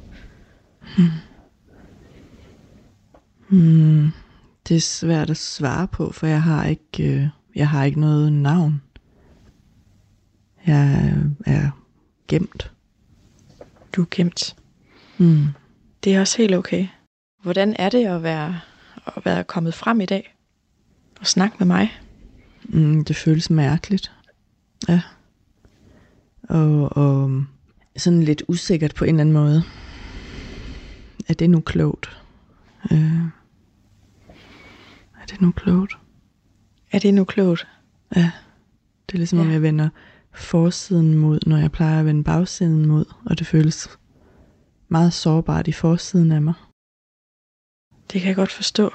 Det er svært at svare på, for jeg har ikke noget navn. Jeg er gemt. Du er gemt. Det er også helt okay. Hvordan er det at være kommet frem i dag og snakke med mig? Det føles mærkeligt. Ja. Og sådan lidt usikkert på en eller anden måde. Er det nu klogt? Er det nu klogt? Er det nu klogt? Ja. Det er ligesom om jeg vender forsiden mod, når jeg plejer at vende bagsiden mod. Og det føles meget sårbart i forsiden af mig. Det kan jeg godt forstå.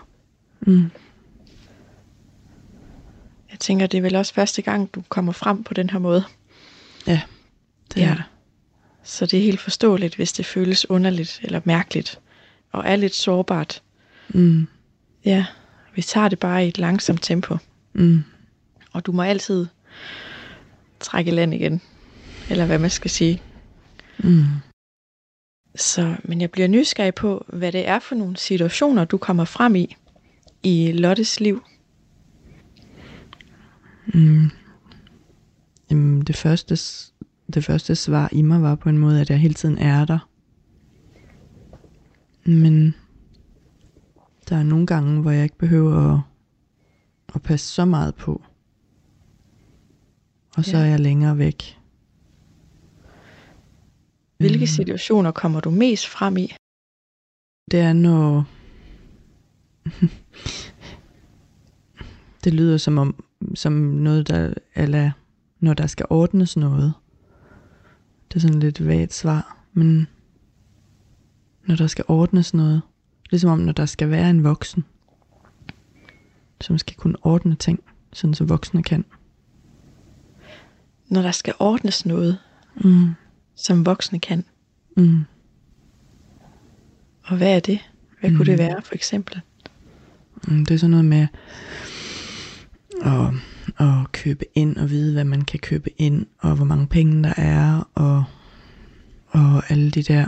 Jeg tænker, det er vel også første gang, du kommer frem på den her måde. Ja, det er det. Så det er helt forståeligt, hvis det føles underligt eller mærkeligt. Og er lidt sårbart. Ja, vi tager det bare i et langsomt tempo. Og du må altid trække land igen. Eller hvad man skal sige. Så, men jeg bliver nysgerrig på, hvad det er for nogle situationer, du kommer frem i Lottes liv. Det første svar i mig var på en måde, at jeg hele tiden er der. Men der er nogle gange, hvor jeg ikke behøver at passe så meget på. Og så er jeg længere væk. Hvilke situationer kommer du mest frem i? Det er når det lyder som noget der eller når der skal ordnes noget. Det er sådan lidt vagt svar, men når der skal ordnes noget, ligesom om når der skal være en voksen, som skal kunne ordne ting, sådan så voksne kan. Når der skal ordnes noget, som voksne kan. Og hvad er det? Hvad kunne det være, for eksempel? Det er sådan noget med at købe ind og vide, hvad man kan købe ind, og hvor mange penge der er, og alle de der,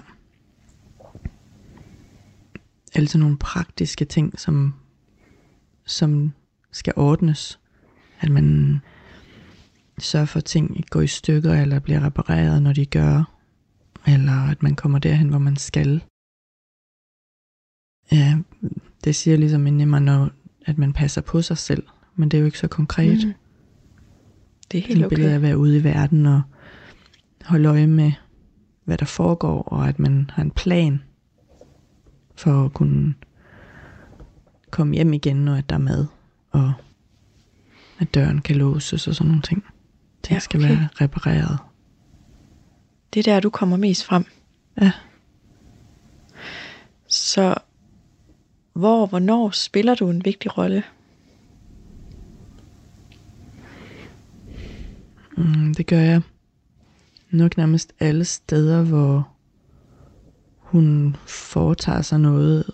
alle sådan nogle praktiske ting, som skal ordnes. At man sørger for, at ting ikke går i stykker, eller bliver repareret, når de gør, eller at man kommer derhen, hvor man skal. Ja, det siger ligesom inde i mig, at man passer på sig selv, men det er jo ikke så konkret. Det er helt okay. Det er at være ude i verden og holde øje med, hvad der foregår, og at man har en plan for at kunne komme hjem igen, og at der er mad, og at døren kan låses og sådan nogle ting. Det skal være repareret. Det er der, du kommer mest frem. Ja. Så hvornår spiller du en vigtig rolle? Det gør jeg nok nærmest alle steder, hvor hun foretager sig noget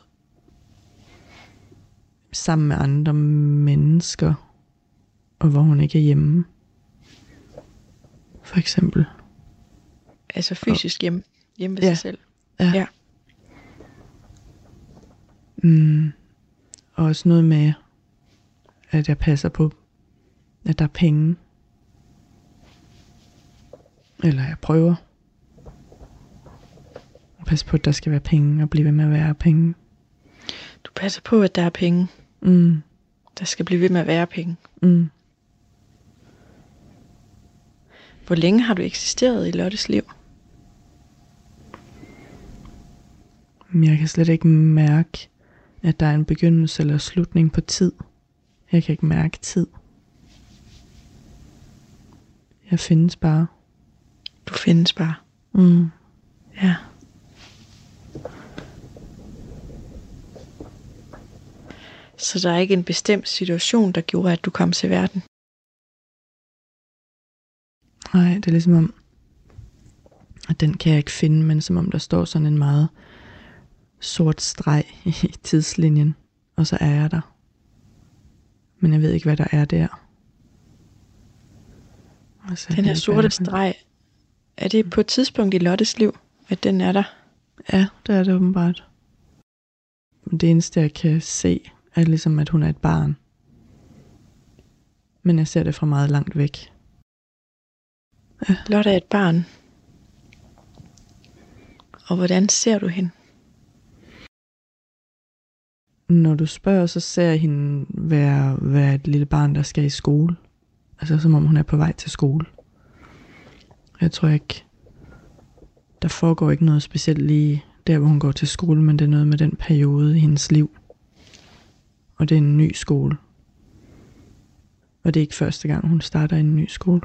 sammen med andre mennesker, og hvor hun ikke er hjemme. For eksempel. Altså fysisk hjemme ved sig selv. Ja. Og også noget med, at jeg passer på, at der er penge. Eller jeg prøver at passe på, at der skal være penge, og blive ved med at være penge. Du passer på, at der er penge. Der skal blive ved med at være penge. Hvor længe har du eksisteret i Lottes liv? Jeg kan slet ikke mærke, at der er en begyndelse eller slutning på tid. Jeg kan ikke mærke tid. Jeg findes bare. Du findes bare. Ja. Så der er ikke en bestemt situation, der gjorde, at du kom til verden? Nej, det er ligesom om, at den kan jeg ikke finde, men som om der står sådan en meget sort streg i tidslinjen, og så er jeg der. Men jeg ved ikke, hvad der er der. Den her sorte streg, er det på et tidspunkt i Lottes liv, at den er der? Ja, det er det åbenbart. Det eneste, jeg kan se, er ligesom, at hun er et barn. Men jeg ser det fra meget langt væk. Ja. Lotte er et barn. Og hvordan ser du hende? Når du spørger, så ser jeg hende være et lille barn, der skal i skole. Altså som om hun er på vej til skole. Jeg tror ikke, der foregår ikke noget specielt lige der, hvor hun går til skole, men det er noget med den periode i hendes liv. Og det er en ny skole. Og det er ikke første gang, hun starter i en ny skole.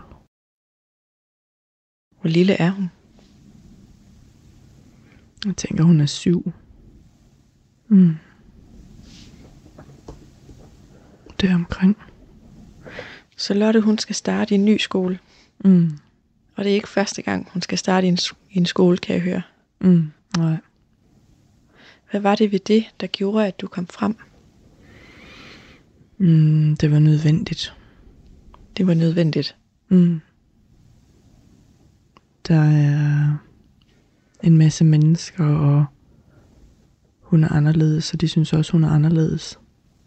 Hvor lille er hun? Jeg tænker, hun er 7. Det er omkring. Så Lotte, hun skal starte i en ny skole. Og det er ikke første gang, hun skal starte i en skole, kan jeg høre. Nej. Hvad var det ved det, der gjorde, at du kom frem? Det var nødvendigt. Det var nødvendigt? Der er en masse mennesker, og hun er anderledes, og de synes også, hun er anderledes.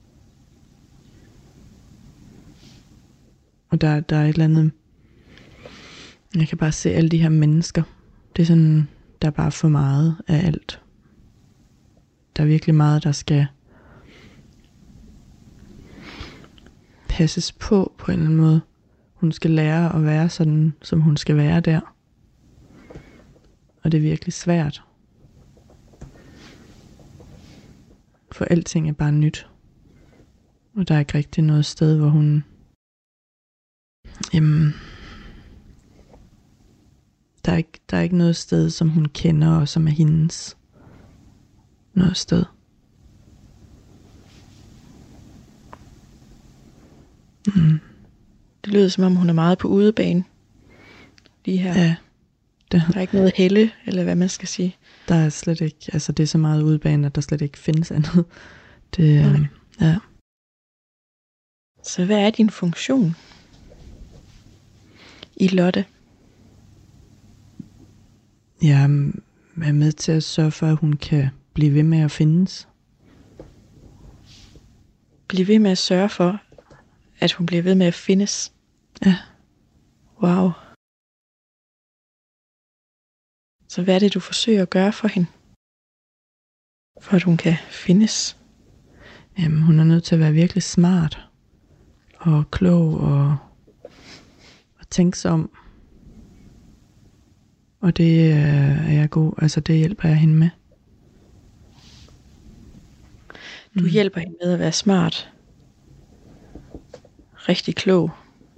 Og der er et eller andet. Jeg kan bare se alle de her mennesker. Det er sådan, der er bare for meget af alt. Der er virkelig meget, der skal passes på en eller anden måde. Hun skal lære at være sådan, som hun skal være der. Og det er virkelig svært. For alting er bare nyt. Og der er ikke rigtig noget sted, hvor hun der er ikke noget sted, som hun kender, og som er hendes. Noget sted. Det lyder som om, hun er meget på udebane lige her. Ja. Der er ikke noget helle, eller hvad man skal sige. Der er slet ikke, altså det er så meget udebane, at der slet ikke findes andet. Det, ja. Så hvad er din funktion i Lotte? Jeg er med til at sørge for, at hun kan blive ved med at findes. Blive ved med at sørge for, at hun bliver ved med at findes? Ja. Wow. Så hvad er det, du forsøger at gøre for hende? For at hun kan findes? Jamen, hun er nødt til at være virkelig smart og klog og tænke sig om. Og det er jeg god, altså det hjælper jeg hende med. Du hjælper hende med at være smart. Rigtig klog.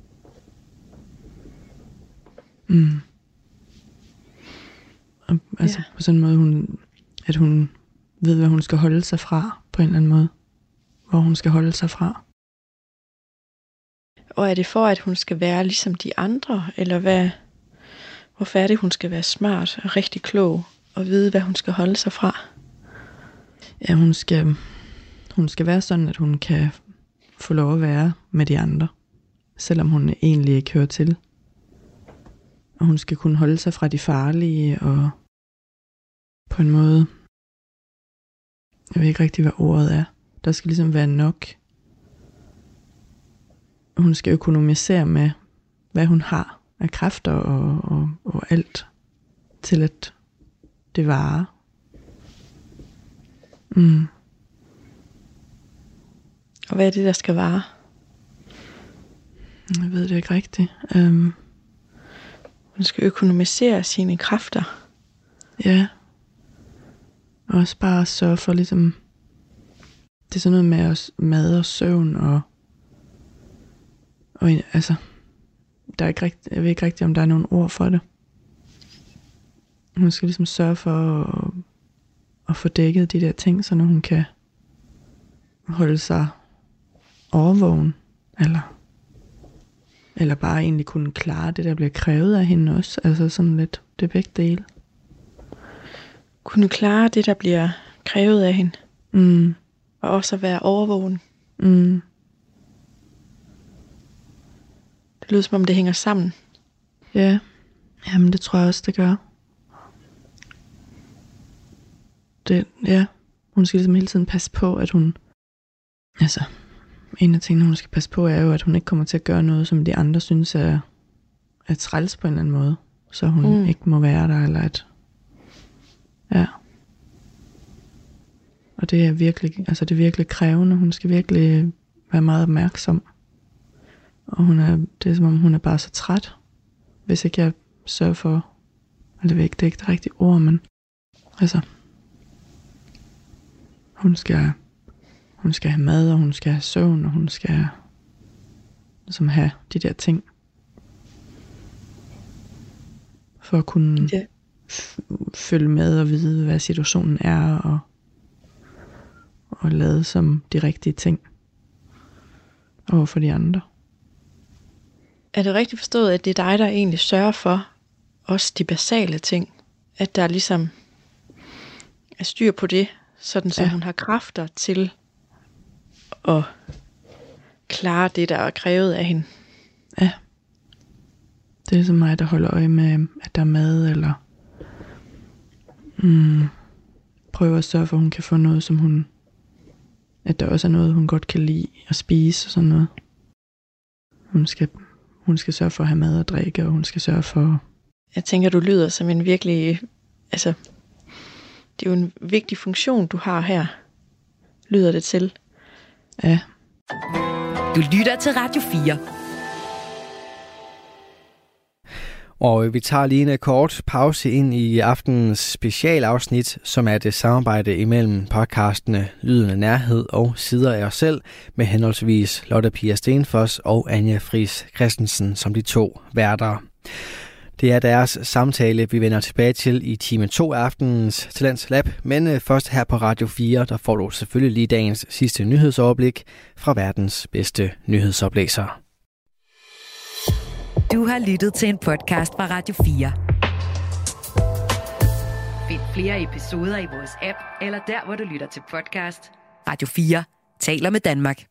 Og, altså på sådan en måde, at hun ved, hvad hun skal holde sig fra, på en eller anden måde. Hvor hun skal holde sig fra. Og er det for, at hun skal være ligesom de andre, eller hvad? Hvorfor er det, hun skal være smart og rigtig klog, og vide, hvad hun skal holde sig fra? Ja, hun skal være sådan, at hun kan få lov at være med de andre, selvom hun egentlig ikke hører til. Og hun skal kunne holde sig fra de farlige, og på en måde, jeg ved ikke rigtig, hvad ordet er. Der skal ligesom være nok. Hun skal økonomisere med, hvad hun har af kræfter og alt, til at det varer. Og hvad er det, der skal vare? Jeg ved det ikke rigtigt. Hun skal økonomisere sine kræfter. Ja. Og også bare sørge for ligesom, det er sådan noget med mad og søvn og altså, der er ikke rigtig, jeg ved ikke rigtig, om der er nogen ord for det. Hun skal ligesom sørge for at få dækket de der ting, så når hun kan holde sig overvågen, eller bare egentlig kunne klare det, der bliver krævet af hende også. Altså sådan lidt, det er begge dele. Kunne klare det, der bliver krævet af hende. Og også at være overvågen. Det lyder som om, det hænger sammen. Ja, jamen det tror jeg også, det gør. Hun skal ligesom hele tiden passe på, at hun, altså, en af tingene, hun skal passe på, er jo, at hun ikke kommer til at gøre noget, som de andre synes er træls på en eller anden måde. Så hun ikke må være der, eller at, ja. Og det er virkelig, altså det er virkelig krævende. Hun skal virkelig være meget opmærksom. Og det er som om, hun er bare så træt, hvis ikke jeg sørger for, eller det er ikke det rigtige ord, men altså, hun skal have mad, og hun skal have søvn, og hun skal ligesom have de der ting, for at kunne følge med og vide, hvad situationen er, og lade som de rigtige ting over for de andre. Er det rigtigt forstået, at det er dig, der egentlig sørger for også de basale ting? At der ligesom er styr på det, sådan så hun har kræfter til at klare det, der er krævet af hende? Ja. Det er ligesom mig, der holder øje med, at der er mad, eller prøver at sørge for, at hun kan få noget, som at der også er noget, hun godt kan lide at spise og sådan noget. Hun skal sørge for at have mad og drikke, og hun skal sørge for... Jeg tænker, du lyder som en virkelig... Altså, det er jo en vigtig funktion, du har her. Lyder det til? Ja. Du lytter til Radio 4. Og vi tager lige en kort pause ind i aftenens specialafsnit, som er det samarbejde imellem podcastene Lyden af Nærhed og Sider af os selv, med henholdsvis Lotte Pia Stenfoss og Anja Friis Christensen som de to værter. Det er deres samtale, vi vender tilbage til i time 2 af aftenens Talents Lab. Men først her på Radio 4, der får du selvfølgelig lige dagens sidste nyhedsoverblik fra verdens bedste nyhedsoplæser. Du har lyttet til en podcast fra Radio 4. Find flere episoder i vores app, eller der, hvor du lytter til podcast. Radio 4 taler med Danmark.